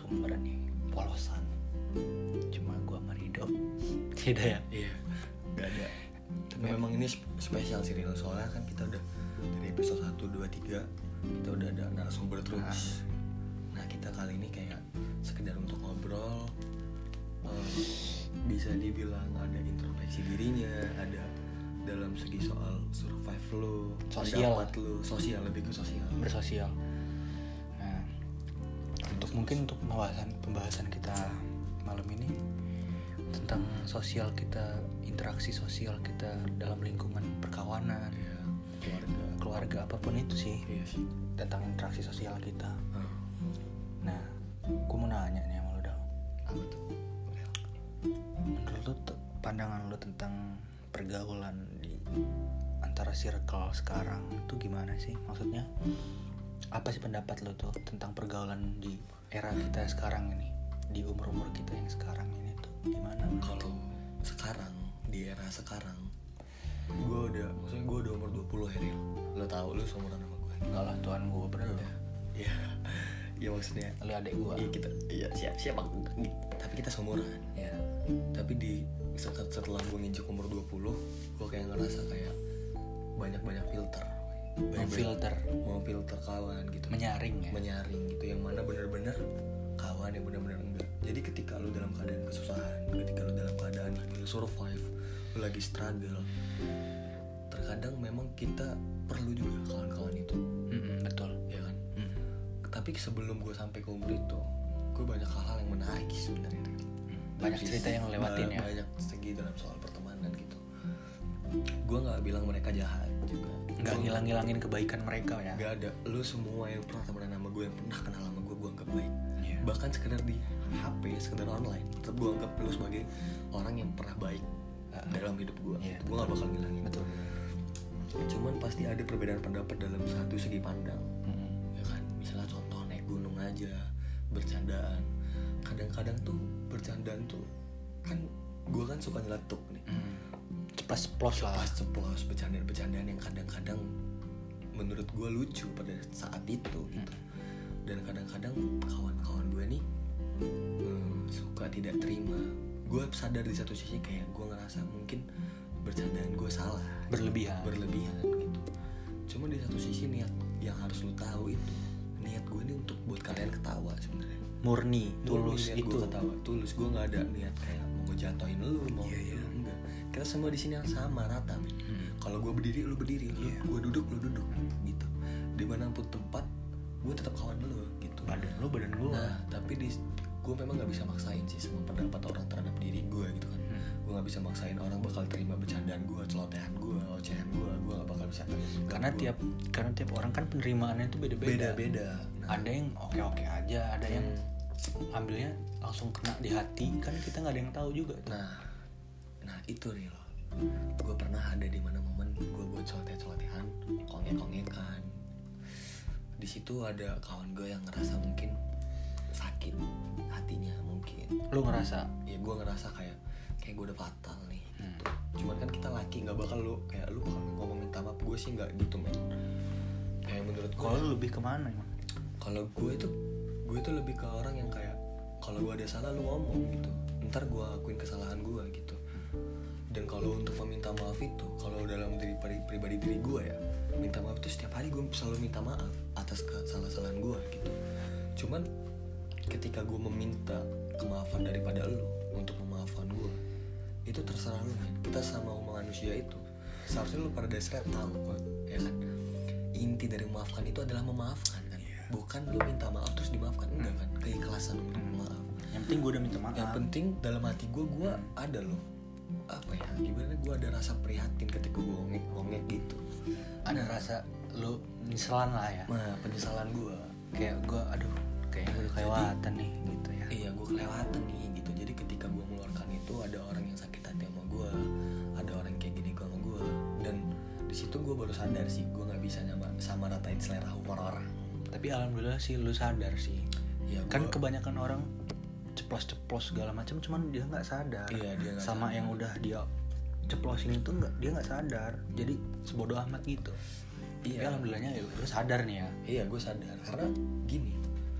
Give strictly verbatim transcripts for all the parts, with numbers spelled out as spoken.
narasumber nih polosan, cuma gue sama Rido tidak ya? Iya, gak ada. Tapi memang ini spesial sih Rino, soalnya kan kita udah dari episode satu, dua, tiga kita udah ada narasumber terus. Nah kita kali ini kayak sekedar untuk ngobrol, um, bisa dibilang ada introspeksi dirinya, ada dalam segi soal survive lo, sosial lo, sosial lebih ke sosial, bersosial. Nah, untuk mungkin untuk pembahasan pembahasan kita malam ini tentang sosial kita, interaksi sosial kita dalam lingkungan perkawanan, ya, keluarga, keluarga apapun itu sih, iya sih. tentang interaksi sosial kita. Hmm. Nah, gue mau nanya nih sama lo dong. Apa tuh? Menurut lo t- pandangan lo tentang pergaulan di antara circle sekarang itu gimana sih? Maksudnya apa sih pendapat lo tuh tentang pergaulan di era kita sekarang ini, di umur-umur kita yang sekarang ini tuh gimana? Kalau sekarang, di era sekarang, gue udah, maksudnya gue udah umur dua puluh ya Ril. Lo tau, lo seumuran sama gue. Enggak lah, Tuhan gue bener lo. Iya, iya maksudnya Lo adik gue. iya kita, iya siap siapa, tapi kita seumuran. Ya. Tapi di setelah gue nginjek umur dua puluh, gue kayak ngerasa kayak banyak-banyak filter, banyak Filter, mau filter kawan gitu, menyaring ya. menyaring gitu, yang mana benar-benar kawan, yang benar-benar enggak. Jadi ketika lu dalam keadaan kesusahan, ketika lu dalam keadaan lagi survive, lu lagi struggle, terkadang memang kita perlu juga kawan-kawan itu. Mm-mm, betul. Ya kan? Mm. Tapi sebelum gue sampai ke umur itu, gue banyak hal-hal yang menarik sebenarnya. Banyak cerita yang lewatin ya. Banyak segi dalam soal pertemanan gitu. Gue nggak bilang mereka jahat juga. Nggak ngilang-ngilangin kebaikan mereka ya. Gak ada. Lu semua yang pernah temenan sama gue, yang pernah kenal sama gue, gue anggap baik. Yeah. Bahkan sekedar di H P, sekedar online, tetap gue anggap lu sebagai orang yang pernah baik uh, dalam hidup gue. Yeah. Gue nggak bakal ngilangin. Betul. Cuman pasti ada perbedaan pendapat dalam satu segi pandang. Mm. Ya kan, misalnya contoh naik gunung aja, bercandaan. Kadang-kadang tuh bercandaan tuh kan gue kan suka nyeletuk nih. Mm. Ceplas-ceplos lah. Ceplos-ceplos bercandaan-bercandaan yang kadang-kadang menurut gue lucu pada saat itu gitu. Dan kadang-kadang kawan-kawan gue nih hmm, suka tidak terima. Gue sadar di satu sisi kayak gue ngerasa mungkin bercandaan gue salah, Berlebihan. berlebihan gitu. Cuma di satu sisi niat yang harus lu tahu itu, niat gue ini untuk buat kalian ketawa sebenarnya. Murni, tulus Niat itu. gue ketawa, tulus. Gue nggak ada niat kayak mau ngejatoin lu, mau Iya, iya. lu, enggak. Kita semua di sini yang sama, rata men. Hmm. Kalau gue berdiri, lu berdiri. Iya. Gue duduk, lu duduk, gitu. Dimanapun tempat, gue tetap kawan lu, gitu. Badan lu badan gue. Nah, tapi di gue memang nggak bisa maksain sih semua pendapat orang terhadap diri gue gitu kan. Hmm. Gue nggak bisa maksain orang bakal terima bercandaan gue, celotehan gue, ocehan gue. Gue nggak bakal bisa terima. Karena Gua- tiap karena tiap orang kan penerimaannya itu beda-beda. beda-beda. Nah, Ada yang oke-oke aja, ada yang ambilnya langsung kena di hati, kan kita nggak ada yang tahu juga. Nah, nah itu Ril. Gue pernah ada di mana momen gue buat celoteh-celotehan, kongek-kongekan. Di situ ada kawan gue yang ngerasa mungkin sakit hatinya mungkin. Lu ngerasa? Ya gue ngerasa kayak kayak gue udah fatal nih. Hmm. Cuman kan kita laki, nggak bakal lu kayak lu bakal ngomong minta maaf. Gue sih nggak gitu men. Kayak menurut gue. Kalau lu lebih kemana emang? Kalau gue itu gue itu lebih ke orang yang kayak kalau gue ada salah lu ngomong gitu, ntar gue akuin kesalahan gue gitu. Dan kalau untuk meminta maaf itu, kalau dalam diri pribadi diri gue ya, minta maaf itu setiap hari gue selalu minta maaf atas kesalahan-kesalahan gue gitu. Cuman ketika gue meminta kemaafan daripada lu untuk memaafkan gue, itu terserah lu men. Kita sama manusia itu seharusnya lu pada dasarnya tahu kok, ya kan, inti dari memaafkan itu adalah memaafkan kan. Bukan lu minta maaf terus dimaafkan, enggak kan, keikhlasan untuk maaf. Yang penting gue udah minta maaf. Yang penting dalam hati gue, gue ada loh, apa ya, gimana, gue ada rasa prihatin ketika gue ngongek-ngongek gitu. Ada rasa lu penyesalan lah ya. Nah, penyesalan gue, Kayak gue, aduh, kayaknya gue udah kelewatan nih gitu ya. iya gue kelewatan nih gitu. Jadi ketika gue mengeluarkan itu, ada orang yang sakit hati sama gue, ada orang yang kayak gini gue sama gue. Dan di situ gue baru sadar sih, gue nggak bisa sama, sama ratain selera humor orang. Tapi alhamdulillah sih lu sadar sih. Ya, Kan gua, kebanyakan orang ceplos-ceplos segala macam, cuman dia nggak sadar. Iya, dia nggak sama sadar. yang udah dia ceplosin itu nggak, dia nggak sadar. Jadi sebodoh amat gitu. Iya. Tapi alhamdulillahnya ya lu sadar nih ya. Iya gue sadar, karena gini,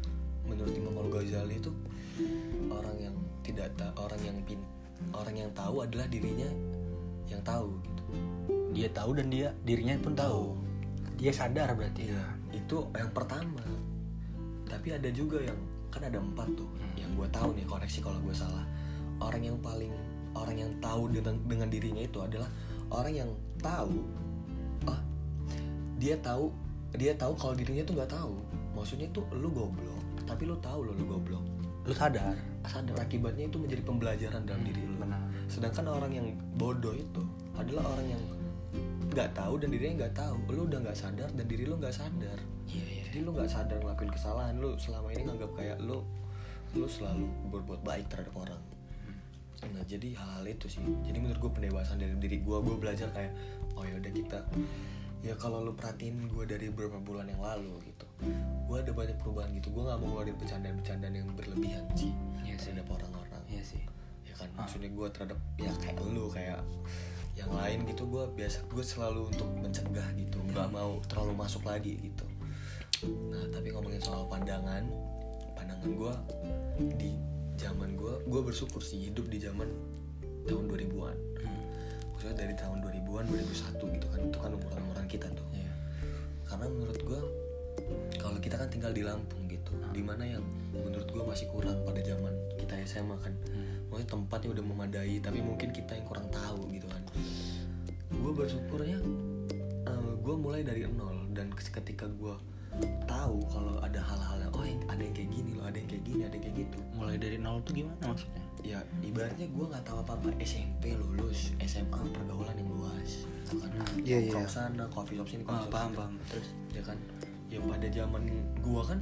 menurut Imam Al-Ghazali itu orang yang tidak ta- orang yang pin orang yang tahu adalah dirinya yang tahu gitu. Dia tahu dan dia dirinya pun tahu. Dia sadar berarti. Iya, itu yang pertama. Tapi ada juga yang kan ada empat tuh, hmm. yang gue tahu nih, koreksi kalau gue salah. Orang yang paling orang yang tahu dengan dengan dirinya itu adalah orang yang tahu, ah dia tahu dia tahu kalau dirinya tuh nggak tahu. Maksudnya tuh lu goblok, tapi lu tahu lo lu goblok. Lu sadar. Sadar akibatnya itu menjadi pembelajaran dalam hmm, diri lu. Benar. Sedangkan orang yang bodoh itu adalah orang yang nggak tahu dan dirinya nggak tahu. Lu udah nggak sadar dan diri lu nggak sadar. Iya, iya. Jadi lu nggak sadar ngelakuin kesalahan, lu selama ini nganggap kayak lu lu selalu berbuat baik terhadap orang. Nah jadi hal-hal itu sih. Jadi menurut gue pendewasaan dari diri gue, gue belajar kayak oh ya udah kita ya kalau lu perhatiin gue dari beberapa bulan yang lalu gitu, gue ada banyak perubahan gitu. Gue nggak mau ngeluarin bercandaan-bercandaan yang berlebihan sih Iya terhadap sih. orang-orang. Iya sih. Ya kan maksudnya gue terhadap ya kayak lu kayak yang lain gitu, gue biasa gue selalu untuk mencegah gitu, nggak mau terlalu masuk lagi gitu. Nah tapi ngomongin soal pandangan pandangan gue di zaman gue gue bersyukur sih hidup di zaman tahun dua ribuan, hmm. maksudnya dari tahun dua ribuan dua ribu satu gitu kan, itu kan umuran-umuran kita tuh. Yeah. Karena menurut gue kalau kita kan tinggal di Lampung gitu, hmm. dimana yang menurut gue masih kurang pada zaman kita S M A kan, hmm. maksudnya tempatnya udah memadai tapi mungkin kita yang kurang tahu gitu kan. Gue bersyukurnya uh, gue mulai dari nol, dan ketika gue tahu kalau ada hal-hal yang oh yang ada yang kayak gini loh, ada yang kayak gini, ada yang kayak gitu. Mulai dari nol tuh gimana maksudnya? Ya ibaratnya gue nggak tahu apa-apa, S M P lulus, S M A pergaulan yang luas, kan? Iya, Nongkrong iya. sana, coffee shop sini, Oh, coffee shop paham sana. paham terus. Ya kan, ya pada zaman gue kan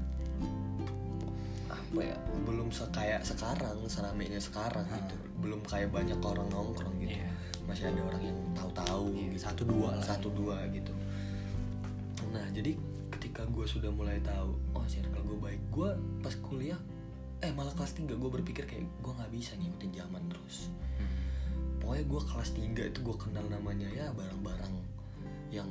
apa ya, belum sekaya sekarang, seramainya sekarang Hmm. gitu, belum kayak banyak orang nongkrong gitu. Iya. Masih ada orang yang tahu-tahu Iya, gitu. satu dua lah. satu dua gitu. Nah jadi ketika gue sudah mulai tahu oh circle gue baik, gue pas kuliah eh malah kelas tiga gue berpikir kayak gue nggak bisa ngikutin zaman terus. Hmm. Pokoknya gue kelas tiga itu gue kenal namanya ya barang-barang yang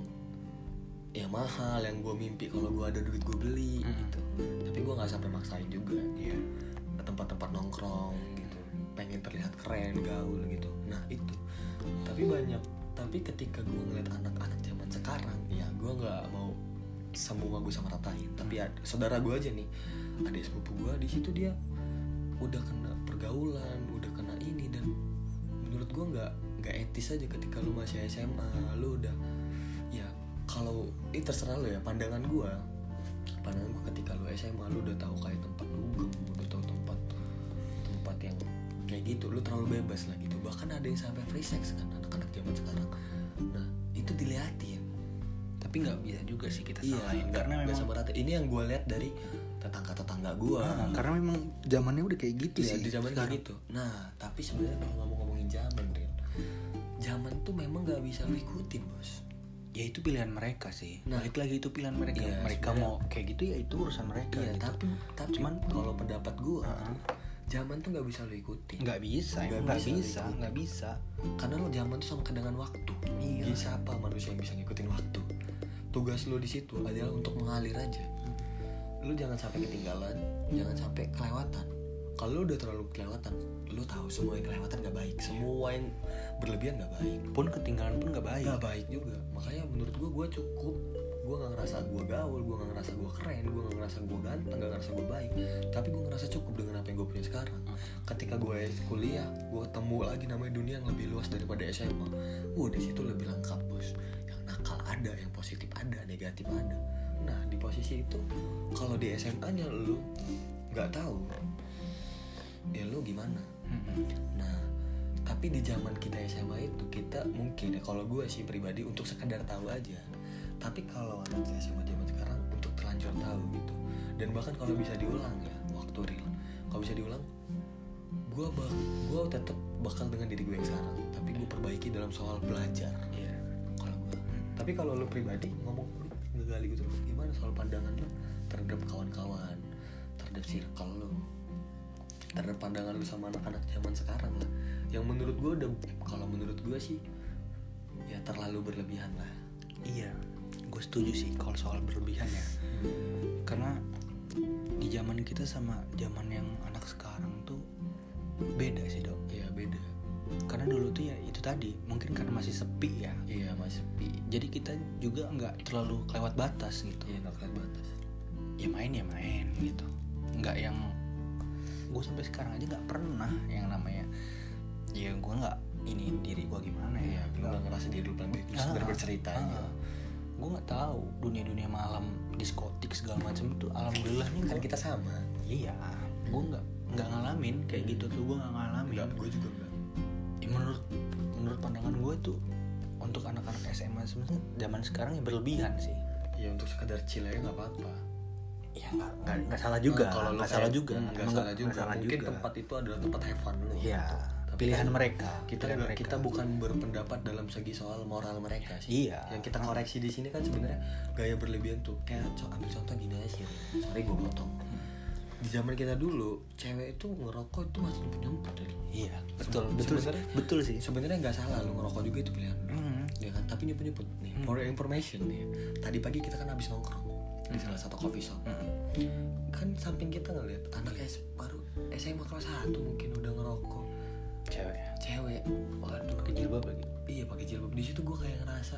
ya mahal, yang gue mimpi kalau gue ada duit gue beli Hmm. gitu. Tapi gue nggak sampai maksain juga. Iya. Ke tempat-tempat nongkrong gitu, pengen terlihat keren, gaul gitu. Nah itu. Tapi banyak. Tapi ketika gue ngeliat anak-anak zaman sekarang, ya gue nggak mau semua gue sama ratain. Tapi ada, saudara gue aja nih, ada sepupu gue di situ, dia udah kena pergaulan, udah kena ini, dan menurut gue nggak nggak etis aja ketika lu masih S M A, lu udah ya kalau ini terserah lu ya, pandangan gue, pandangan gue ketika lu S M A lu udah tahu kayak tempat dugem, udah tahu tempat tempat yang kayak gitu, lu terlalu bebas lah gitu. Bahkan ada yang sampai free sex kan anak-anak zaman sekarang. Nah itu dilihatin. Tapi nggak bisa juga sih kita Iya, salahin nggak- karena nggak memang sama rata. Ini yang gue lihat dari tetangga-tetangga gue. ah, karena memang zamannya udah kayak gitu Iya, sih di zaman kayak sekarang. gitu. Nah tapi sebenarnya kalau ngomong-ngomongin zaman, Ril, zaman tuh memang nggak bisa lu ikutin bos. Ya itu pilihan mereka sih. Nah, balik lagi itu pilihan mereka. iya, Mereka sebenarnya- mau kayak gitu ya itu urusan mereka. Iya, gitu. tapi tapi Cuman kalau pendapat gue, uh-uh. zaman tuh nggak bisa lu ikutin. nggak bisa, Nggak emang nggak bisa bisa, diikutin. nggak bisa. Karena lo zaman tuh sama dengan waktu. Iya. Jadi siapa manusia yang bisa ngikutin waktu? Tugas lo di situ adalah untuk mengalir aja. Lo jangan sampai ketinggalan, jangan sampai kelewatan. Kalau lo udah terlalu kelewatan, lo tahu semua yang kelewatan gak baik, semua yang berlebihan gak baik. Pun ketinggalan pun nggak baik. Gak baik juga. Makanya menurut gue, gue cukup. Gue gak ngerasa gue gaul, gue gak ngerasa gue keren, gue gak ngerasa gue ganteng, gak ngerasa gue baik. Tapi gue ngerasa cukup dengan apa yang gue punya sekarang. Ketika gue kuliah, gue ketemu lagi namanya dunia yang lebih luas daripada S M A. Wah, di situ lebih lengkap bos. Yang nakal ada, yang positif ada, negatif ada. Nah di posisi itu, kalau di S M A-nya lu nggak tahu, ya lu gimana? Mm-mm. Nah tapi di zaman kita S M A itu kita mungkin ya, kalau gue sih pribadi untuk sekedar tahu aja. Tapi kalau anak S M A zaman sekarang untuk terlanjur tahu gitu. Dan bahkan kalau bisa diulang ya, waktu real, kalau bisa diulang, gue bak, gue tetap bakal dengan diri gue yang sekarang. Tapi gue perbaiki dalam soal belajar. Iya. Kalau gue. Tapi kalau lu pribadi ngomong lu ngegali gitu, gimana soal pandangan lu terhadap kawan-kawan, terhadap circle lu, terhadap pandangan lu sama anak-anak zaman sekarang lah. Yang menurut gue udah, kalau menurut gue sih ya terlalu berlebihan lah. Iya, gue setuju sih kalau soal berlebihan ya. Karena di zaman kita sama zaman yang anak sekarang tuh beda sih dok. Iya beda. Karena dulu tuh ya itu tadi, mungkin karena masih sepi ya. Iya masih sepi. Jadi kita juga nggak terlalu kelewat batas gitu. Iya nggak kelewat batas. Ya main ya main gitu. Nggak yang gue sampai sekarang aja nggak pernah yang namanya. Ya gue nggak ini diri gue gimana ya. Iya, lu nggak ngerasa diri lu paling bagus. Sekedar bercerita ah, aja. Gue nggak tahu dunia-dunia malam, diskotik segala macam itu. Alhamdulillahnya Kan gua, kita sama. iya, gue nggak nggak ngalamin kayak gitu tuh. Gue nggak ngalamin. Enggak, gue juga enggak. Ya, menurut menurut pandangan gue tuh untuk anak-anak S M A sebenarnya zaman sekarang ya berlebihan sih. Ya untuk sekedar chill aja nggak apa-apa. Ya nggak nggak nggak salah juga. Nah, kalau nggak kayak, salah juga. hmm, nggak Emang salah juga. salah Mungkin juga. tempat itu adalah tempat have fun lu. Iya. Gitu. Tapi Pilihan kan mereka. Kita pilihan nggak- mereka. kita bukan berpendapat dalam segi soal moral mereka sih. Iya. Yang kita koreksi di sini kan sebenarnya gaya berlebihan tuh. Kayak co- ambil contoh gini aja sih. Sorry gue potong. Di zaman kita dulu, cewek itu ngerokok itu masih nyemput ya. Iya. Betul. Seben- Betul. sebenarnya- Betul sih. Sebenarnya nggak salah lu ngerokok juga itu pilihan. Hmm. Ya kan, tapi nyemput-nyemput nih. Hmm. For your information nih. Tadi pagi kita kan habis nongkrong di salah satu coffee shop. Hmm. Kan samping kita ngeliat anak S baru S M A kelas satu mungkin udah ngerokok. Cewek. Cewek. Waduh, Pakai jilbab lagi. iya pakai jilbab. Di situ gue kayak ngerasa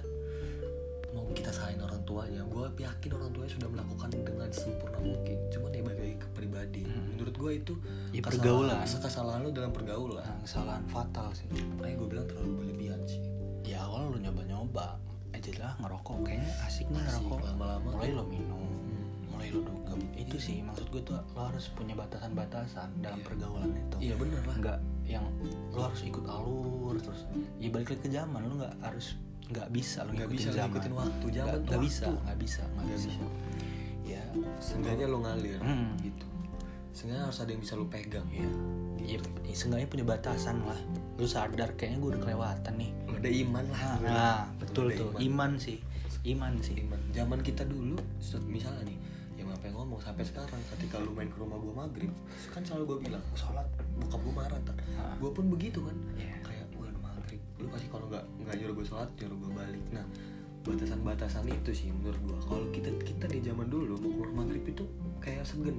mau kita salahin orang tuanya. Gue yakin orang tuanya sudah melakukan dengan sempurna mungkin. Cuman ya bagi ke pribadi. Hmm. Menurut gue itu Ya, kesalahan- pergaulan. kesalahan lu dalam pergaulan. Nah, kesalahan fatal sih. Makanya gue bilang terlalu berlebihan sih. Ya awal lu nyoba-nyoba aja lah ngerokok, kayaknya asik nih Asik, ngerokok. lama-lama Mulai lo minum, Hmm. mulai lo dugem. Itu sih maksud gue tuh lo harus punya batasan-batasan dalam Iya. pergaulan itu. Iya bener lah. Nggak yang lo harus ikut alur terus. Ya balik lagi ke zaman, lo nggak harus nggak bisa lo Nggak ngikutin bisa zaman. ngikutin waktu. Zaman Nggak tuh nggak waktu. bisa, nggak bisa, nggak Nggak bisa. bisa. Ya, Seenggaknya lo ngalir Hmm. gitu. Seenggaknya harus ada yang bisa lo pegang. ya, ya, ya seenggaknya punya batasan lah. Lo sadar kayaknya gue udah kelewatan nih. Lo ada iman lah. Nah, Lo nah, ada betul tuh, iman. iman sih, iman sih. Iman. Zaman kita dulu, set- misalnya nih, yang apa yang ngomong sampai sekarang, ketika lu main ke rumah gua maghrib, kan selalu gua bilang, sholat, bokap gua marah ntar. Ah. Gua pun begitu kan, Iya. kayak gua udah maghrib, lu pasti kalau nggak nggak nyuruh gua sholat, nyuruh gua balik. Nah, batasan-batasan itu sih menurut gua. Kalau kita kita di zaman dulu mau keluar maghrib itu kayak segen.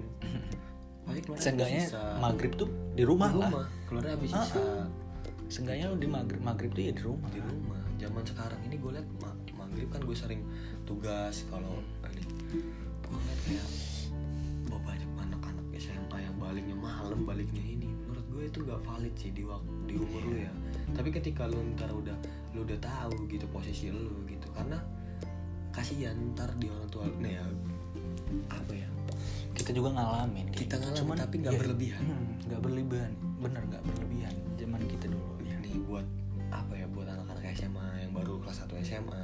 Pasti keluar Seenggaknya maghrib tuh di rumah, di lah. rumah, keluarnya habis Ah, sisa Seenggaknya lo di maghrib maghrib tuh ya di rumah. di rumah. Zaman sekarang ini gue liat ma- maghrib kan gue sering tugas kalau ini gue liat kayak bahwa banyak anak-anak S M A yang baliknya malam, baliknya ini. Menurut gue itu gak valid sih di waktu di umur lu ya. Tapi ketika lu ntar udah lu udah tahu gitu posisi lu gitu, karena kasihan ntar di orang tua nah ya apa ya, Kita juga ngalamin kayak kita gitu. ngalamin Cuman tapi nggak ya, berlebihan. hmm, nggak berlebihan, bener nggak berlebihan zaman kita dulu ya. Ini buat apa ya, buat anak-anak S M A yang baru kelas satu S M A.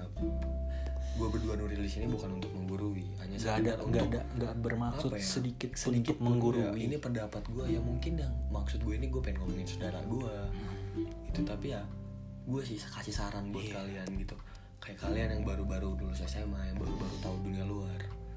Gue berdua Nuril di sini bukan untuk menggurui, hanya Nggak ada sekedar nggak untuk ada nggak bermaksud apa ya, sedikit sedikit sedikit pun menggurui. ya, ini pendapat gue ya, mungkin yang maksud gue ini gue pengen ngomongin saudara gue itu, tapi ya gue sih kasih saran buat Iya. kalian gitu, kayak kalian yang baru-baru lulus S M A, yang baru-baru tahu dunia luar,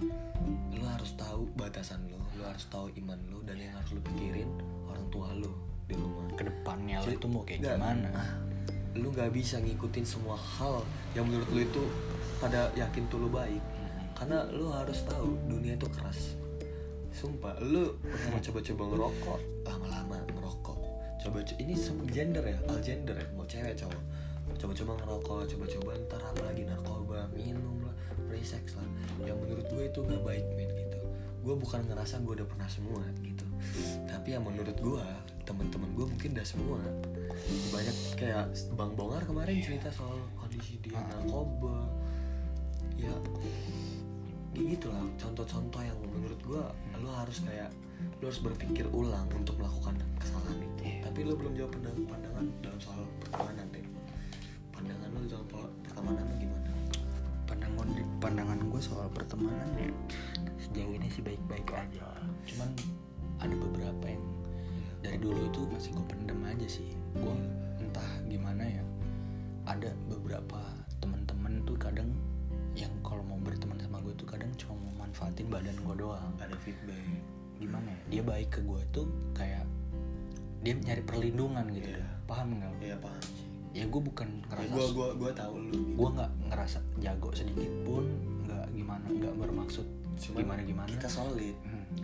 lu harus tahu batasan lu, lu harus tahu iman lu, dan yang harus lu pikirin orang tua lu di rumah. Kedepannya lo Jadi, itu mau kayak nggak, gimana? ah, lu nggak bisa ngikutin semua hal yang menurut lu itu pada yakin tuh lu baik, karena lu harus tahu dunia itu keras. Sumpah, lu pernah coba-coba ngerokok, lama-lama ngerokok, coba ini sem- gender ya, all gender ya, mau cewek cowok, coba-coba ngerokok, coba-coba ntar apa lagi, narkoba, minum lah, free sex lah, yang menurut gue itu gak baik men gitu. Gue bukan ngerasa gue udah pernah semua gitu, tapi yang menurut gue teman-teman gue mungkin udah semua. Banyak kayak Bang Bongar kemarin cerita soal kondisi dia narkoba, ya kayak gitu lah, contoh-contoh yang menurut gue lo harus kayak lo harus berpikir ulang untuk melakukan kesalahan itu. Tapi lo belum jawab pandang- pandangan dalam soal pertemanan deh. Pandangan lo dalam po- pertemanan lo gimana? Pandangan pandangan gue soal pertemanan ya sejauh ini sih baik-baik aja. Cuman ada beberapa yang dari dulu itu masih gue pendem aja sih. Gue entah gimana ya. Ada beberapa teman-teman tuh kadang yang kalau mau berteman sama gue tuh kadang cuma mau manfaatin badan gue doang. Ada feedback. Gimana ya? Dia baik ke gue tuh kayak dia nyari perlindungan gitu. Iya. Paham nggak? Iya paham sih. Ya gue bukan ngerasa Gue gue gue tahu lo. Gitu. gue nggak ngerasa jago sedikit pun, nggak gimana, nggak bermaksud Cuman gimana gimana. kita solid. Hmm.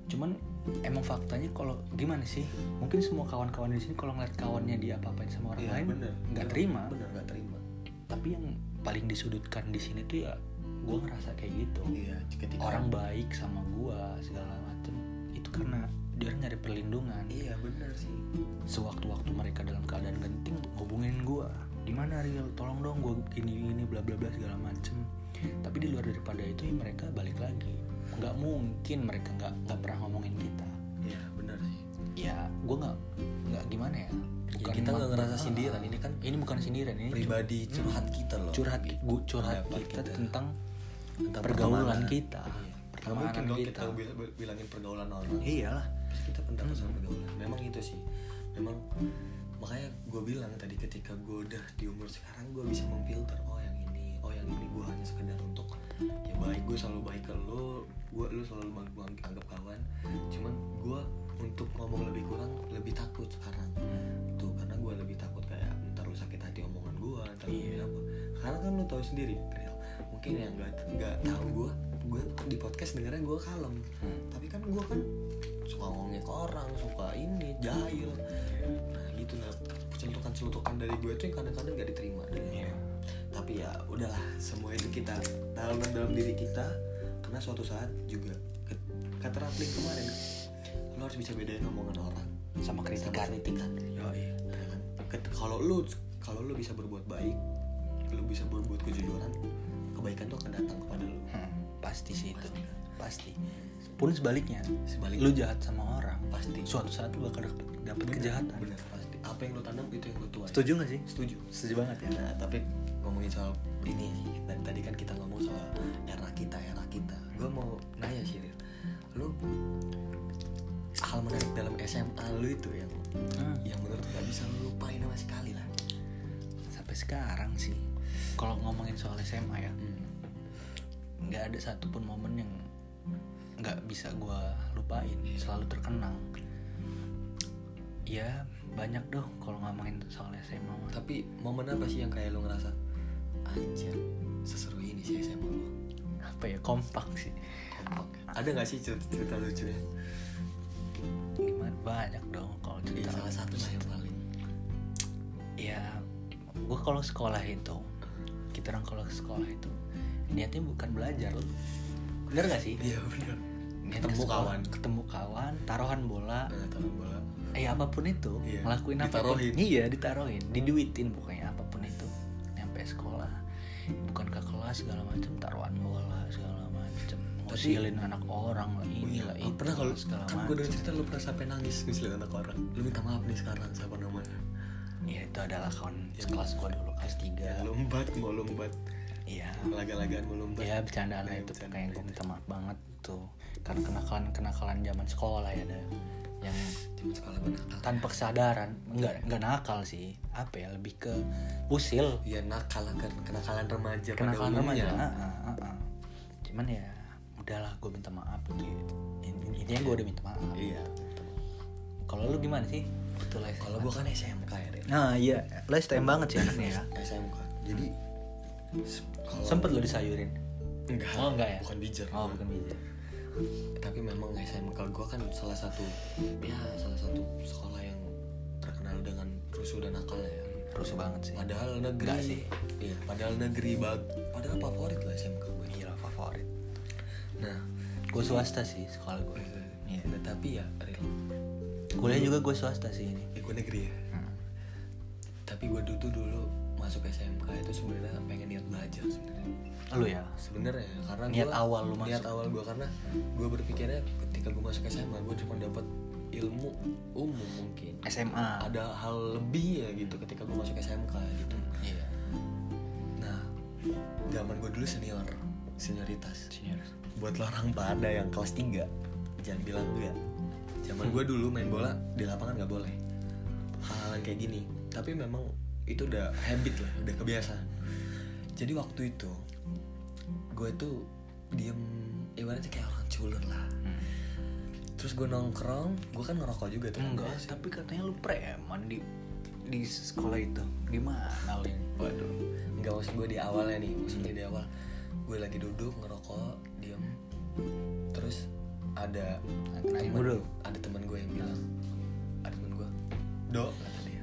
Cuman emang faktanya kalau gimana sih, mungkin semua kawan-kawan di sini kalau ngeliat kawannya dia apa-apain sama orang Iya, lain bener. nggak Iya, terima. Bener nggak terima. Tapi yang paling disudutkan di sini tuh ya gue ngerasa kayak gitu. Iya, ketika Orang baik sama gue segala macem itu karena dia nyari perlindungan. Iya bener sih. Sewaktu-waktu mereka dalam keadaan genting hubungin gue, di mana Riel, tolong dong gue gini gini bla bla bla segala macem. Tapi di luar daripada itu ya mereka balik lagi. Nggak mungkin mereka nggak nggak pernah ngomongin kita. Iya bener sih. Ya gue nggak nggak gimana ya. Ya, kita nggak ngerasa ah, sindiran, ini kan ini bukan sindiran, ini pribadi cu- curhat kita loh. curhat gu- curhat Pendapat kita, kita. tentang Tentang pergaulan pertemanan. kita, Iya. Nggak pertemanan mungkin dong kita. kita bil- bil- bilangin pergaulan orang. Iyalah. Pasti kita pendapat Hmm. sama pergaulan. Memang itu sih. Memang makanya gue bilang tadi ketika gue udah di umur sekarang gue bisa memfilter, oh yang ini, oh yang ini gue hanya sekedar untuk ya baik, gue selalu baik ke lo, gue lo selalu gue anggap kawan. Cuman gue untuk ngomong lebih kurang lebih takut sekarang tuh, karena gue lebih takut kayak ntar lu sakit hati omongan gue, ntar Iya. apa. Karena kan lu tahu sendiri, Real. Mungkin yang nggak nggak tahu gue, gue di podcast dengarnya gue kalem, Hmm. tapi kan gue kan suka ngomongin ke orang, suka ini jahil. Nah gitu lah, celutukan-celutukan dari gue tuh yang kadang-kadang gak diterima dari Iya. orang. Tapi ya udahlah, semua itu kita dalam dalam diri kita, karena suatu saat juga ke- kata Rapling kemarin, lo harus bisa bedain omongan orang Sama kritikan. sama kritikan. Yoi. Ya kan? Ket- Kalau lu kalau lu bisa berbuat baik, lu bisa berbuat kejujuran, kebaikan tuh akan datang kepada lu. Hmm, pasti sih itu. Pasti kan? Pasti. Pun sebaliknya, Sebaliknya lu jahat sama orang, pasti. suatu saat lu bakal dapet, dapet Bener, kejahatan. Bener pasti. Apa yang lu tanam itu yang lu tuai. Setuju gak sih? Setuju. Setuju banget ya. Nah, tapi ngomongin soal ini sih, tadi, tadi kan kita ngomong soal era kita, era kita. Gue mau nanya sih, Ril. Lu hal menarik dalam S M A lu itu yang Hmm. yang menurut gak bisa lu lupain sama sekali lah. Sampai sekarang sih, kalau ngomongin soal S M A ya, Hmm. nggak ada satupun momen yang nggak bisa gue lupain, selalu terkenang. Ya banyak doh kalau ngomongin soal S M A mah. Tapi momen apa sih yang kayak lu ngerasa anjir seseru ini sih S M A lu? Apa ya, kompak sih. Kompak. Ada gak sih cerita lucunya? Gimana, banyak dong kalau Iya, cerita. salah satu lah yang paling. Ya gue kalau sekolah itu, kita orang kalau sekolah itu niatnya bukan belajar, lu bener gak sih? Iya bener. Niat Ketemu ke sekolah, kawan. ketemu kawan, taruhan bola, Nah, taruh bola. eh apapun itu, Iya, ngelakuin apapun, ditaruhin. iya ditaruhin, diduitin pokoknya apapun itu, nyampe sekolah, bukan ke kelas segala macam, taruhan bola segala macam, ngosilin anak orang lah, inilah Oh, itu, pernah kalau segala kan gue macam. denger cerita lu pernah sampai nangis misalnya anak orang, lu minta maaf nih sekarang siapa namanya? Ya itu adalah kawan Ya, sekelas gua dulu kelas tiga. Ya lombat mau lombat, Iya. laga-lagaan mau lombat. Ya bercandaan lah Ya, itu, bercanda kayak gue itu. minta maaf banget tuh, karena kenakalan kenakalan zaman sekolah ya ada yang Cuma sekolah benakal. tanpa kesadaran, enggak enggak nakal sih, apa ya, lebih ke usil, Iya nakal lah kan, kenakalan remaja pada kenakalan umumnya. remaja. Ah, ah, ah, ah. Cuman ya udahlah, gue minta maaf gitu. In- Intinya gue udah minta maaf. Iya. Kalau lu gimana sih? Betul lah. Kalau gue kan S M K ya, Ren. Nah iya, lu S T M banget sih anaknya ya. S M K. Jadi se- kalau Sempet lu disayurin? enggak, Oh enggak ya? bukan bijar. Oh bukan bija. Tapi memang S M K gue kan salah satu ya salah satu sekolah yang terkenal dengan rusuh dan nakal ya. Rusuh banget sih. Padahal negeri Enggak sih. Iya, padahal negeri bag, padahal favorit lah S M K gue. Gila favorit. Nah, Gue swasta sih sekolah gue. Iya. nah, tapi ya real, Kuliah juga gue swasta sih ini. ya, gue negeri ya. Hmm. Tapi gue dulu dulu masuk S M K itu sebenarnya pengen niat belajar sebenarnya. Lu ya? Sebenarnya ya, karena Niat gua, awal lu niat masuk. awal gue karena gue berpikirnya ketika gue masuk S M A gue cuma dapat ilmu umum mungkin. S M A. Ada hal lebih ya gitu ketika gue masuk S M K gitu. Iya. Nah, zaman gue dulu senior, senioritas. Senior. Buat lo orang pada yang kelas tiga, jangan bilang enggak. Zaman gue dulu main bola di lapangan nggak boleh. Hal-hal yang kayak gini. Tapi memang itu udah habit lah, udah kebiasaan. Jadi waktu itu gue tuh diem, ibaratnya kayak orang culun lah. Hmm. Terus gue nongkrong, gue kan ngerokok juga tuh. Enggak, tapi katanya lu preman di di sekolah itu. Gimana lu? Waduh, enggak, maksud gue di awalnya nih, maksudnya di awal gue lagi duduk ngerokok, diem. Terus ada Nah, temen, dulu. ada teman gue yang bilang, ada teman gue, do kata dia,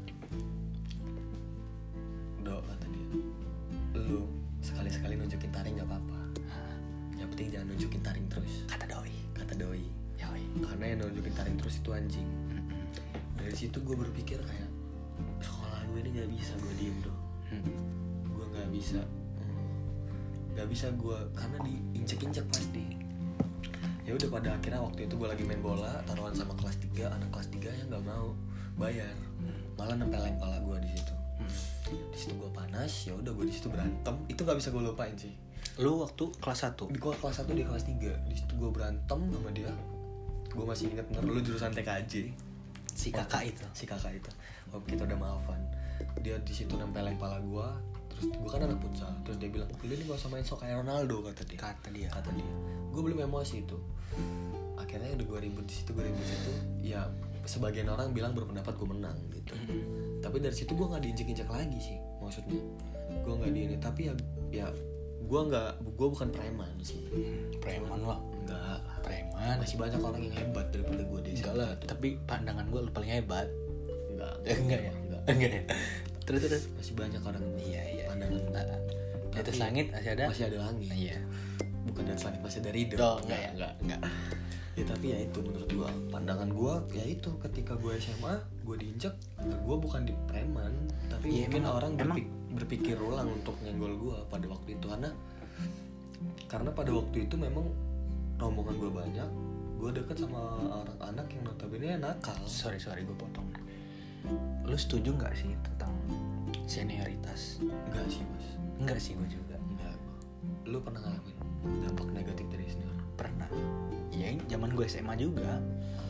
do kata dia, lu sekali-sekali nunjukin taring nggak apa-apa, yang penting jangan nunjukin taring terus. Kata doi. Kata doi. Yoi. Karena yang nunjukin taring terus itu anjing. Dari situ gue berpikir kayak sekolah gue ini nggak bisa gue diem dong. Hmm. Gue nggak bisa, nggak bisa gue karena diinjek-injek pasti. Ya udah pada akhirnya waktu itu gue lagi main bola taruhan sama kelas tiga, anak kelas tiga yang nggak mau bayar, malah nempelin kepala gue di situ. Di situ gue panas, ya udah gue di situ berantem. Itu nggak bisa gue lupain sih. Lu waktu kelas satu. Di gue kelas satu, dia kelas tiga. Di situ gue berantem sama dia. Gue masih inget bener, lu jurusan T K J. Si kakak itu. Si kakak itu. Waktu kita udah maafan. Dia di situ nempelin kepala gue. Terus gue kan anak futsal. Terus dia bilang, lu ini gak usah main sok kayak Ronaldo, kata dia. Kata dia. Kata dia. Gue belum emosi itu. Akhirnya udah gue ribut di situ, gue ribut di situ. Ya sebagian orang bilang berpendapat gue menang gitu. Mm-hmm. Tapi dari situ gue nggak diinjek-injek lagi sih. Maksudnya gue nggak di ini. Tapi ya ya gue nggak, gue bukan preman sih. Preman lah. Enggak. Preman. Masih banyak orang yang hebat daripada gue di Enggak lah. Tapi pandangan gue lu paling hebat. Enggak. Eh, enggak ya. Enggak. Enggak ya. Terus terus. Masih banyak orang yang Iya iya. pandangan. Nah, di atas langit masih ada. Masih ada langit. Iya. Bukan dari langit, masih ada ridho. Oh, enggak ya. enggak. Enggak. Ya tapi ya itu menurut gue, pandangan gue ya itu ketika gue S M A gue diinjek, gue bukan di preman, tapi ya, mungkin emang, orang emang, berpik- berpikir ulang untuk nyenggol gue pada waktu itu karena karena pada waktu itu memang rombongan gue banyak, gue deket sama orang anak yang notabene nakal. Sorry sorry gue potong. Lu setuju nggak sih tentang senioritas? Enggak sih mas. Enggak sih gue juga. Enggak. Lu pernah ngalamin dampak negatif dari senior? Pernah. Ya zaman gue S M A juga.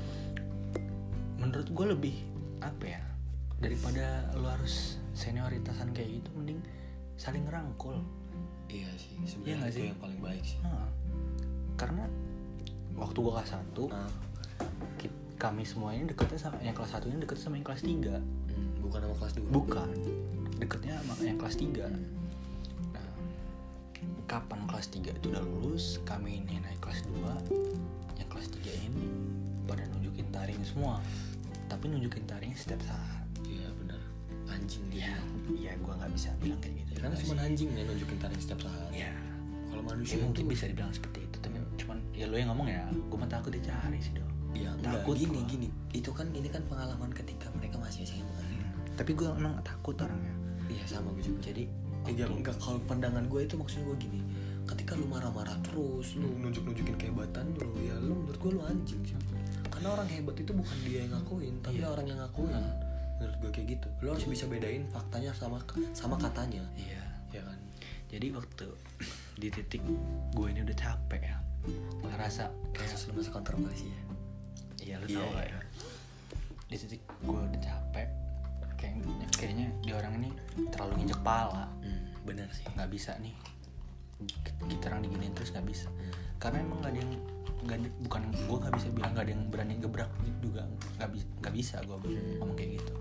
Menurut gue lebih apa ya, daripada lu harus senioritasan kayak gitu, mending saling ngerangkul. Iya sih, Iya sebenarnya nggak itu sih? yang paling baik sih. Nah, karena waktu gue kelas satu, Nah, ki- kami semua ini deketnya sama yang kelas satu ini deketnya sama yang kelas tiga. hmm, bukan sama kelas dua. Bukan, deketnya sama yang kelas tiga. Hmm. Nah, kapan kelas tiga itu udah lulus, kami ini naik kelas dua, yang kelas tiga ini pada nunjukin taring semua. Tapi nunjukin taring setiap saat. Iya benar. Anjing dia. Iya, gue nggak bisa bilang kayak gitu. Ya, karena juga cuma sih. anjing yang nunjukin taring setiap saat. Iya. Kalau Ya, manusia mungkin itu bisa dibilang seperti itu, tapi cuman ya lo yang ngomong ya, gue mah takut dicari sih dong. ya enggak Takut gini gua. gini. Itu kan ini kan pengalaman ketika mereka masih S M A. Hmm. Tapi gue emang takut orangnya. Iya sama gue juga. Jadi Ya, enggak, kalau pandangan gue itu maksud gue gini, ketika lu marah-marah terus, lu nunjuk-nunjukin kehebatan lu, ya lu menurut gue lu anjing sih. Karena orang hebat itu bukan dia yang ngakuin, tapi Iya. orang yang ngakuin. Menurut gue kayak gitu. Lu harus bisa bedain faktanya sama sama katanya. iya. Ya kan? Jadi waktu di titik gue ini udah capek ya, ngerasa kayak Kasus lu masuk kantor polisi ya. iya lu Iya, tau lah iya. ya. Di titik gue udah capek, kayaknya kayaknya di orang ini terlalu nginjek pala. Hmm, benar sih. Nggak bisa nih kita orang diginiin terus, nggak bisa. Karena emang nggak ada yang nggak ada- bukan gue nggak bisa bilang nggak ada yang berani gebrak juga, nggak bisa nggak bisa gue ngomong kayak gitu.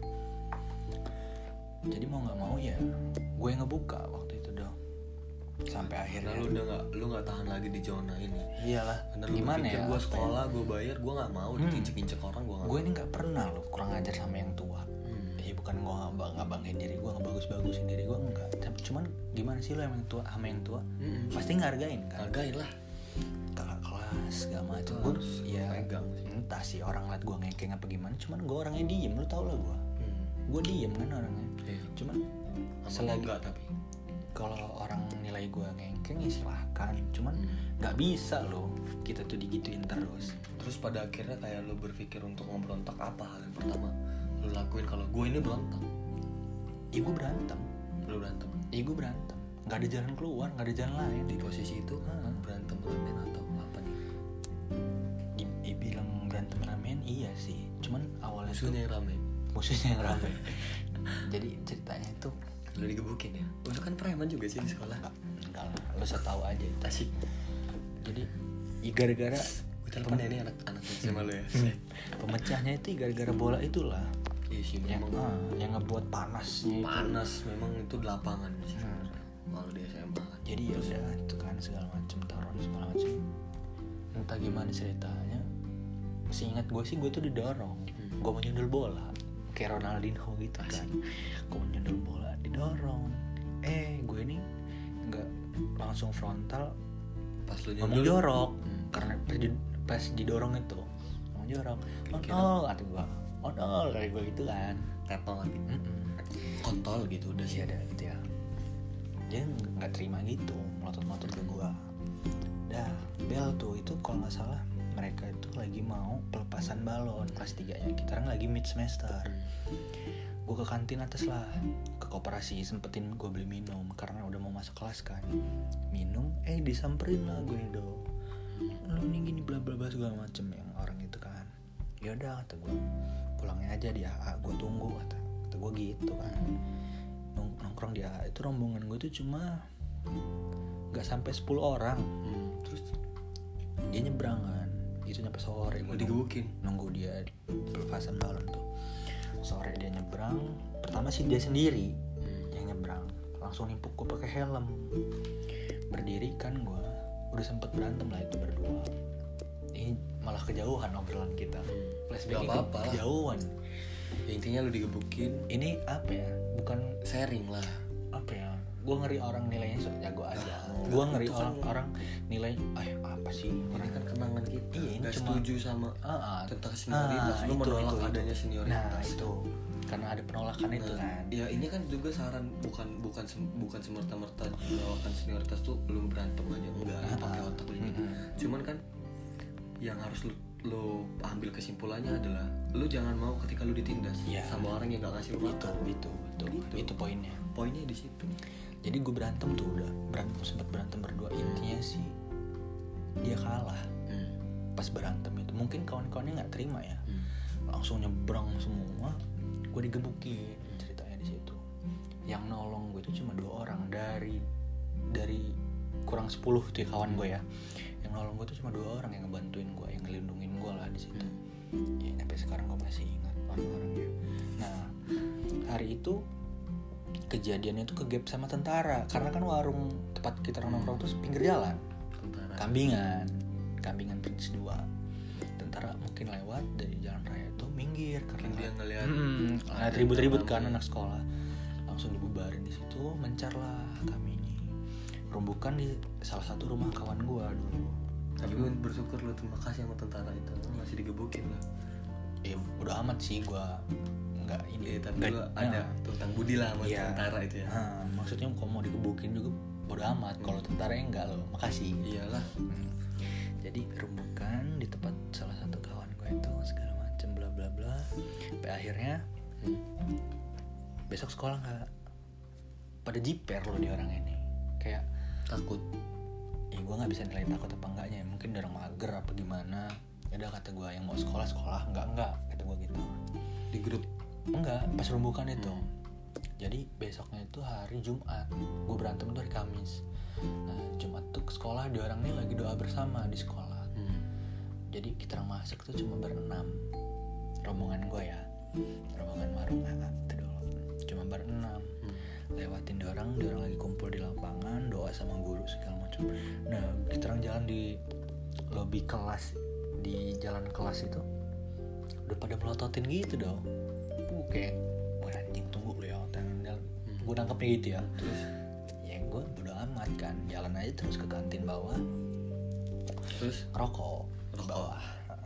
Jadi mau nggak mau ya gue yang ngebuka waktu itu dong, sampai akhirnya Karena lu udah nggak lu nggak tahan lagi di zona ini. iyalah. Karena lu Gimana berpikir ya, gue apa sekolah gue bayar gue nggak mau Hmm. diinjek-injek orang gue ya? nggak Gue ini nggak pernah loh kurang ajar sama yang tua. Hmm. Ya bukan gue nggak nggak banggain diri gue, nggak bagus-bagusin diri gue, enggak. Cuman gimana sih lo yang tua sama yang tua Mm-mm. pasti ngargain kan, Hargain lah. kakak kelas segala macam. Itu Gue harus ya pegang sih. entah sih orang liat gue ngekeng apa gimana, cuman gue orangnya diem, lu tau lah gue Hmm. gue diem kan orangnya. Iya. Cuman Sama selagi enggak tapi. kalau orang nilai gue ngekeng ya silahkan, cuman nggak bisa loh kita tuh digituin terus. Terus pada akhirnya kayak lu berpikir untuk memberontak, apa hal yang pertama lu lakuin kalau gue ini berontak? Ya gue berantem, Lu berantem. ya gue berantem, nggak ada jalan keluar, nggak ada jalan lain. Di posisi itu Hah. berantem ramen atau apa nih? Di- dibilang berantem ramen iya sih, cuman awalnya tuh Musuhnya yang ramen. musuhnya yang ramen. Jadi ceritanya itu Lu digebukin ya? Lu kan preman juga sih di sekolah. enggak, enggak lah, lu saya tahu aja itu. Asik. Jadi ya gara-gara Gue telepon ya, ini anak-anak sama lu ya. pemecahnya itu gara-gara bola itulah Iya sih yang memang ah, yang ngebuat panasnya itu. panas memang itu di lapangan sih. Hmm. Kalau di S M A kan. Jadi ya udah itu kan segala macam taruhan segala macam. entah gimana ceritanya, seingat gue sih gue tuh didorong. hmm. Gue mau nyundul bola kayak Ronaldinho gitu kan. Gue mau nyundul bola didorong, eh gue ini nggak langsung frontal pas lu ngomong jorok. hmm. Karena pas, pas didorong itu ngomong jorok, oh Kira-kira. no kata gue, oh no kayak gue gitu kan, Tepel lagi Mm-mm. kontol gitu udah sih Iya ada gitu ya. Dia nggak terima gitu, melotot-melotot ke gua. Dah, bel tuh itu kalau nggak salah mereka itu lagi mau pelepasan balon kelas tiga nya. Kita kan lagi mid semester. Gua ke kantin atas lah, ke koperasi sempetin gua beli minum karena udah mau masuk kelas kan. Minum, eh disamperin lah gue do. Lu ini gini bla bla bla segala macem yang orang itu kan. Ya udah kata gua, pulangnya aja di A A, gua tunggu kata. Kata gua gitu kan. Nongkrong di A A itu rombongan gue tuh cuma nggak sampai sepuluh orang. hmm. Terus Dia nyebrang kan, itu nyampe sore mau gue digebukin nunggu dia pelepasan balon tuh. Sore dia nyebrang, pertama sih dia sendiri hmm. yang nyebrang, langsung nimpuk gue pakai helm. Berdiri kan gue udah sempet berantem lah itu berdua. Ini malah kejauhan obrolan kita. hmm. Flashback Gak apa-apa lah. kejauhan. Ya, intinya lu digebukin, Ini apa ya? Bukan sharing lah. apa ya, gue ngeri orang nilainya so jago aja. Oh, Gue ngeri itu orang kan- orang nilai eh apa sih Ini orang kan kenangan kita. Iya, ini Gak cuma- setuju sama ah, ah, tentang senioritas. ah, Lu itu, menolak itu, itu. adanya senioritas. Nah itu karena ada penolakan itu Nah, kan. ya ini kan juga saran, bukan bukan sem- bukan semerta-merta menolakkan senioritas tuh lu berantem aja, enggak, lu Ah, pakai ah. otak lu juga. Mm-mm. Cuman kan yang harus lu lu ambil kesimpulannya adalah lu jangan mau ketika lu ditindas Iya. sama orang yang gak ngasih lu Itu makan. itu itu Gitu. itu poinnya. Poinnya di situ. Jadi gue berantem tuh udah berantem sempat berantem berdua, intinya sih dia kalah Hmm. pas berantem itu. Mungkin kawan-kawannya nggak terima ya, Hmm. langsung nyebrang semua. Gue digebukin ceritanya di situ. Yang nolong gue itu cuma dua orang dari dari kurang sepuluh tuh ya kawan gue ya. Yang nolong gue tuh cuma dua orang yang ngebantuin gue, yang ngelindungin gue lah di situ. Ya sampai sekarang gue masih ingat orang-orangnya. Nah hari itu kejadiannya tuh kegap sama tentara karena kan warung tempat kita nongkrong tuh pinggir jalan, Tentara. kambingan, kambingan Prince dua. Tentara mungkin lewat dari jalan raya itu minggir karena Mungkin dia ngeliat hmm, ada ngeliat ribut-ribut kan ramai. anak sekolah, langsung dibubarin di situ. Mencarlah kami ini rumbukan di salah satu rumah kawan gua dulu. Tapi gue bersyukur lu, terima kasih sama tentara itu, lu masih digebukin lah. Ya udah amat sih gua nggak ini. Iya, tapi nggak- lu ada tutang budi lah sama Iya. tentara itu ya. Nah, maksudnya kalau mau digebukin juga bodo amat. Kalau tentaranya enggak loh, makasih. Iyalah. Hmm. Jadi rumbukan di tempat salah satu kawan gue itu segala macem bla bla bla. Sampai akhirnya besok sekolah nggak pada jiper loh di orang ini. Kayak Takut. ya gue nggak bisa nilai takut apa enggaknya. Mungkin dia orang mager apa gimana. Ya udah kata gue yang mau sekolah sekolah enggak enggak kata gue gitu. Di grup. Enggak pas rumbukan itu. Hmm. Jadi besoknya itu hari Jumat. Gue berantem tuh hari Kamis. Nah Jumat tuh ke sekolah, dia orang ini lagi doa bersama di sekolah. Hmm. Jadi kita orang masuk tuh cuma berenam, rombongan gue ya, rombongan warung A A itu dulu cuma berenam. Hmm. Lewatin dia orang, dia orang lagi kumpul di lapangan doa sama guru segala macam. Nah kita orang jalan di lobi kelas, di jalan kelas itu udah pada melototin gitu dong. Gue kayak wah anjing tunggu lu ya, tangan Hmm. gue nangkepnya gitu ya. Terus Ya gue bodo amat kan, jalan aja terus ke kantin bawah, terus rokok di Rokok. bawah.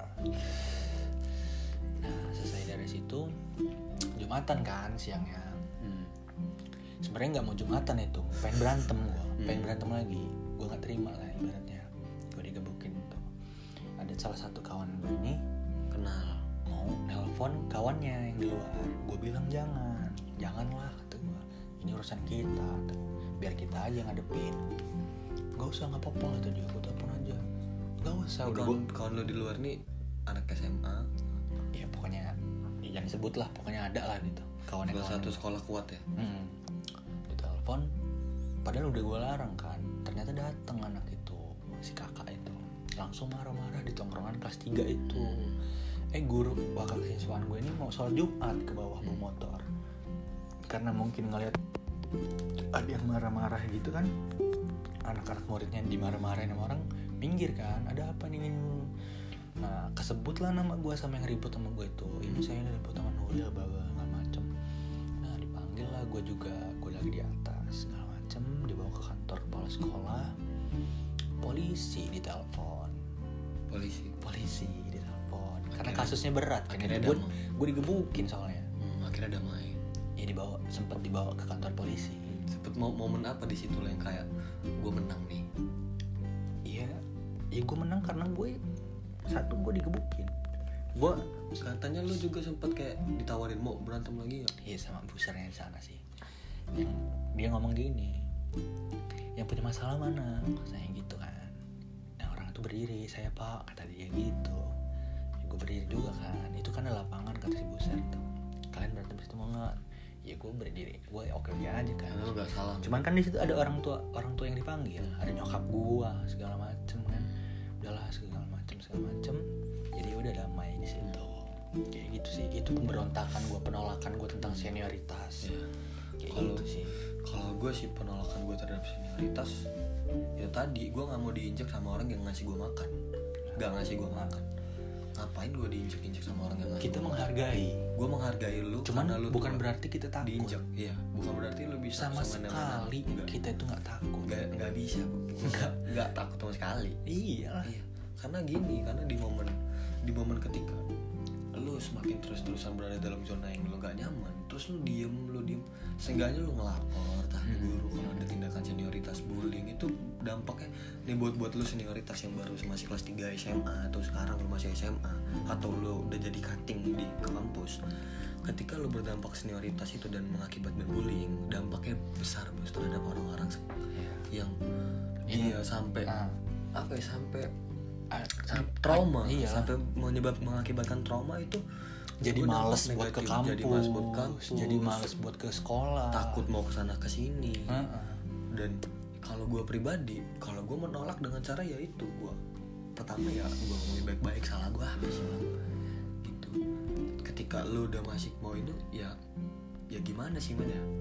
Nah selesai dari situ Jumatan kan siangnya. hmm. Sebenarnya nggak mau Jumatan itu, pengen berantem gue, pengen Hmm. berantem lagi. Gue nggak terima lah ibaratnya, gue digebukin tuh. Ada salah satu kawan gue ini kenal. mau nelpon kawannya yang di luar. Gue bilang jangan, janganlah kata gue. Ini urusan kita, kata gua. Biar kita aja yang ngadepin. Gak usah, nggak apa-apa kata dia, gue telepon aja. Gak usah, udah gue. Kawan, kawan lu di luar nih anak S M A. Ya pokoknya, ya jangan sebut lah, pokoknya ada lah gitu. Kawannya Salah kawan. satu sekolah kuat ya. Hmm. Ditelepon, padahal udah gue larang kan. Ternyata dateng anak itu, si kakak itu, langsung marah-marah di tongkrongan kelas tiga itu. Eh guru wakil kesiswaan gue ini mau sholat Jumat ke bawah bawa motor. Karena mungkin ngeliat ada yang marah-marah gitu kan, anak-anak muridnya dimarah-marahin sama orang, minggir kan, ada apa nih? Nah kesebut lah nama gue sama yang ribut sama gue itu, ini saya ribut sama Nuril baba segala macem. Nah dipanggil lah gue juga, gue lagi di atas segala macem, dibawa ke kantor kepala sekolah, polisi ditelepon, polisi polisi ditelepon karena Akhirnya- kasusnya berat kan, akhirnya gue damai. gue digebukin soalnya. hmm, akhirnya damai. Ya dibawa, sempat dibawa ke kantor polisi. Sempet mo- momen apa di situ lo yang kayak gue menang nih? Iya, ya gue menang karena gue satu gue digebukin. Gue Katanya lu juga sempet kayak ditawarin mau berantem lagi ya? iya sama busernya di sana sih. Yang dia ngomong gini, yang punya masalah mana? Saya gitu kan. Yang orang itu berdiri, saya pak kata dia gitu. Ya, gue berdiri juga kan. Itu kan ada lapangan kata si buser tuh. Kalian berantem situ mau nggak? Ya gue berdiri, gue oke oke aja kan. Karena lu gak salah. Cuman kan di situ ada orang tua orang tua yang dipanggil, ada nyokap gua segala macem kan, udahlah segala macem segala macem, jadi udah damai di situ. Kayak gitu sih, itu pemberontakan gua, penolakan gua tentang senioritas. Ya. Kayak Kalau gitu sih. kalau gue sih penolakan gue terhadap senioritas, ya tadi gue nggak mau diinjek sama orang yang ngasih gue makan, nggak ngasih gue makan. Ngapain gue diinjek-injek sama orang yang ngasih? Kita gua makan? menghargai. Gue menghargai lu. Cuman karena lu bukan tuh berarti kita takut. diinjek. Iya, bukan berarti lu bisa Sama semena-mena. sekali Nggak. kita itu nggak takut. nggak nggak bisa nggak nggak takut sama sekali. Iya lah. Iya, karena gini, karena di momen di momen ketika lu semakin terus-terusan berada dalam zona yang lu gak nyaman, terus lu diem lu diem seenggaknya lu ngelapor tah ke guru kalau ada tindakan senioritas bullying. Itu dampaknya nih buat buat lu senioritas yang baru masih kelas tiga S M A atau sekarang lu masih S M A atau lu udah jadi cutting di kampus. Ketika lu berdampak senioritas itu dan mengakibatkan bullying, dampaknya besar bos terhadap orang-orang yang Ini- iya sampai Ah. apa ya sampai Ah, sampai trauma, iya. sampai menyebab mengakibatkan trauma itu Jadi berdampak males buat ke negatif. kampus, jadi males buat kampus, jadi males buat ke sekolah, takut mau kesana kesini. Heeh. Dan kalau gue pribadi, kalau gue menolak dengan cara ya itu gue pertama ya gue ngomongin baik-baik, salah gue apa sih bang gitu. Ketika lu udah masih mau itu ya ya gimana sih man ya,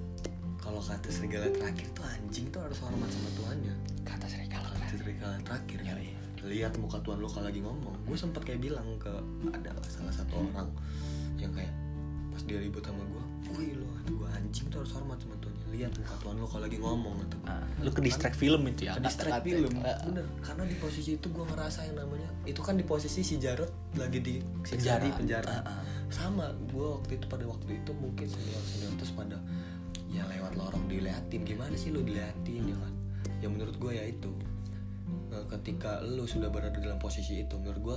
kalau kata serigala terakhir tuh anjing tuh harus hormat sama tuannya. Kata serigala Kata serigala terakhir ya, Yoi. lihat muka tuan lu kalau lagi ngomong. Gue sempet kayak bilang ke ada salah satu orang yang kayak pas dia ribut sama gue, wih lu gue anjing tuh harus hormat sama tuannya, lihat muka tuan lu kalau lagi ngomong gitu. Ah, lu ke distract film itu ya, Ke distract kata-kata film, itu. Ah, bener. Karena di posisi itu gue ngerasa yang namanya itu kan di posisi si Jarod lagi di Penjara. di penjara. Ah, ah. Sama gue waktu itu pada waktu itu mungkin senior senior terus pada ya lewat lorong diliatin, gimana sih lu diliatin ya kan? Ya menurut gue ya itu. Nah, ketika lu sudah berada dalam posisi itu, menurut gue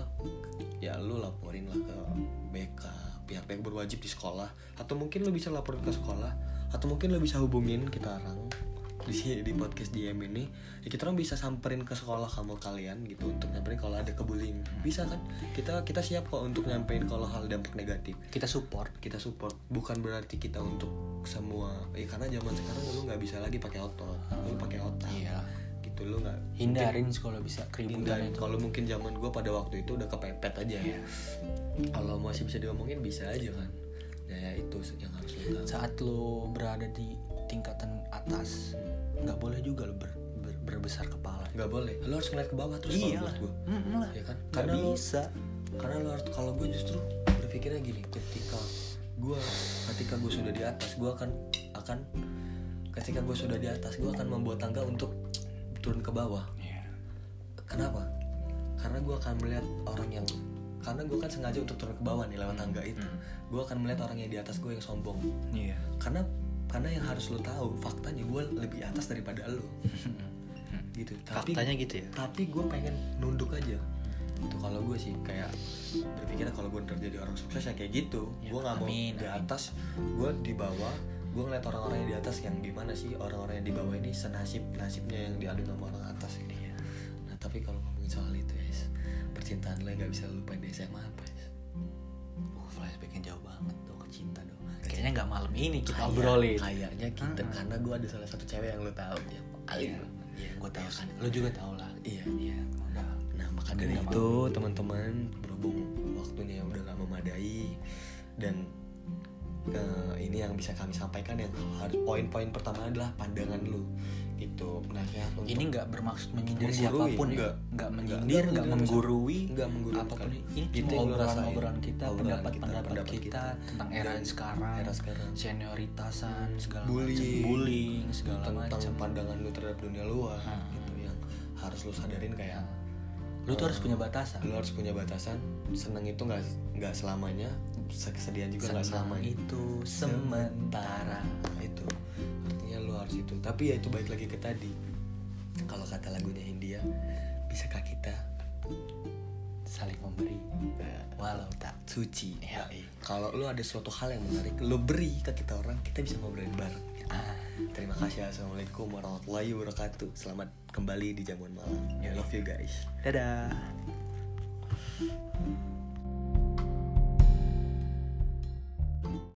ya lu laporin lah ke B K, pihak-pihak berwajib di sekolah, atau mungkin lu bisa laporin ke sekolah, atau mungkin lu bisa hubungin kita orang di di podcast D M ini, ya kita orang bisa samperin ke sekolah kamu kalian gitu untuk nyamperin kalau ada kebullying. Bisa kan? Kita kita siap kok untuk nyampein kalau hal dampak negatif. Kita support. Kita support, bukan berarti kita untuk semua ya, karena zaman sekarang lu nggak bisa lagi pakai otot, lu pakai otak. Iya. Gitu lu nggak Hindarin kalau bisa keributan hindarin. itu. Kalau mungkin zaman gue pada waktu itu udah kepepet aja ya. Iya. Kalau masih bisa diomongin bisa aja kan. Ya, ya itu yang harus lu tahu. Saat lu berada di tingkatan atas, nggak boleh juga lu ber, ber- berbesar kepala. Nggak boleh. Lu harus ngeliat ke bawah terus. Iya kalau lah. menurut gua. Mm, lah. Ya kan? Nggak Karena lu bisa. karena lu harus, kalau gue justru berpikirnya gini, ketika gue ketika gue sudah di atas, gue akan akan ketika gue sudah di atas, gue akan membuat tangga untuk turun ke bawah. Iya. Kenapa? Karena gue akan melihat orang yang, karena gue kan sengaja untuk turun ke bawah nih lewat tangga itu. Gue akan melihat orang yang di atas gue yang sombong. Iya. Karena karena yang harus lo tahu, faktanya gue lebih atas daripada lo. Gitu. Tapi Faktanya gitu ya. tapi gue pengen nunduk aja. Itu kalau gue sih kayak berpikir kalau gue ntar jadi orang sukses ya kayak gitu. Ya, Gue nggak mau amin, di amin. atas, gue di bawah. Gue ngeliat orang-orang yang di atas yang gimana sih orang-orang yang di bawah ini senasib nasibnya yang diadu sama orang atas ini. Iya. Nah tapi kalau ngomongin soal itu guys, percintaan lo yang nggak bisa lo lupain di S M A apa guys? Uh, flashbacknya jauh banget tuh ke cinta dong. Kayaknya nggak malam ini kita Kayak- obrolin. Kayaknya kita Hmm. karena gue ada salah satu cewek yang lo tahu ya. Paling Iya, iya gue tahu Iya kan. kan? Lo juga tahu lah. Iya. Iya. Udah. Nah maka Kan dari nggak itu teman-teman, berhubung waktunya udah gak memadai dan eh, ini yang bisa kami sampaikan yang harus poin-poin pertama adalah pandangan lu Itu nasihat untuk Ini nggak bermaksud menyindir Menggurui, siapapun ya, enggak. nggak Enggak, menyindir, enggak, nggak enggak, menggurui, enggak menggurui apapun. sekali. Ini Itu cuma yang lu rasain. obrolan-obrolan kita, Obrolan pendapat-pendapat kita, pendapat kita kita. tentang era Dan sekarang, era sekarang. senioritasan, segala Bullying. macam, bullying, segala tentang macam. pandangan lu terhadap dunia luar Hmm. gitu yang harus lu sadarin kayak Lu tuh eh, harus punya batasan. lu harus punya batasan. Seneng itu nggak nggak selamanya, kesedihan juga nggak Senang selamanya. itu sementara. Nah, itu artinya lu harus itu. Tapi ya itu balik lagi ke tadi, kalau kata lagunya Hindia, bisakah kita Saling memberi walau tak suci? Ya. Kalau lu ada suatu hal yang menarik, lu beri ke kita orang, kita bisa ngobrolin bareng. ah, Terima kasih. Assalamualaikum warahmatullahi wabarakatuh. Selamat kembali di Jamuan Malam. I love you guys. dadah.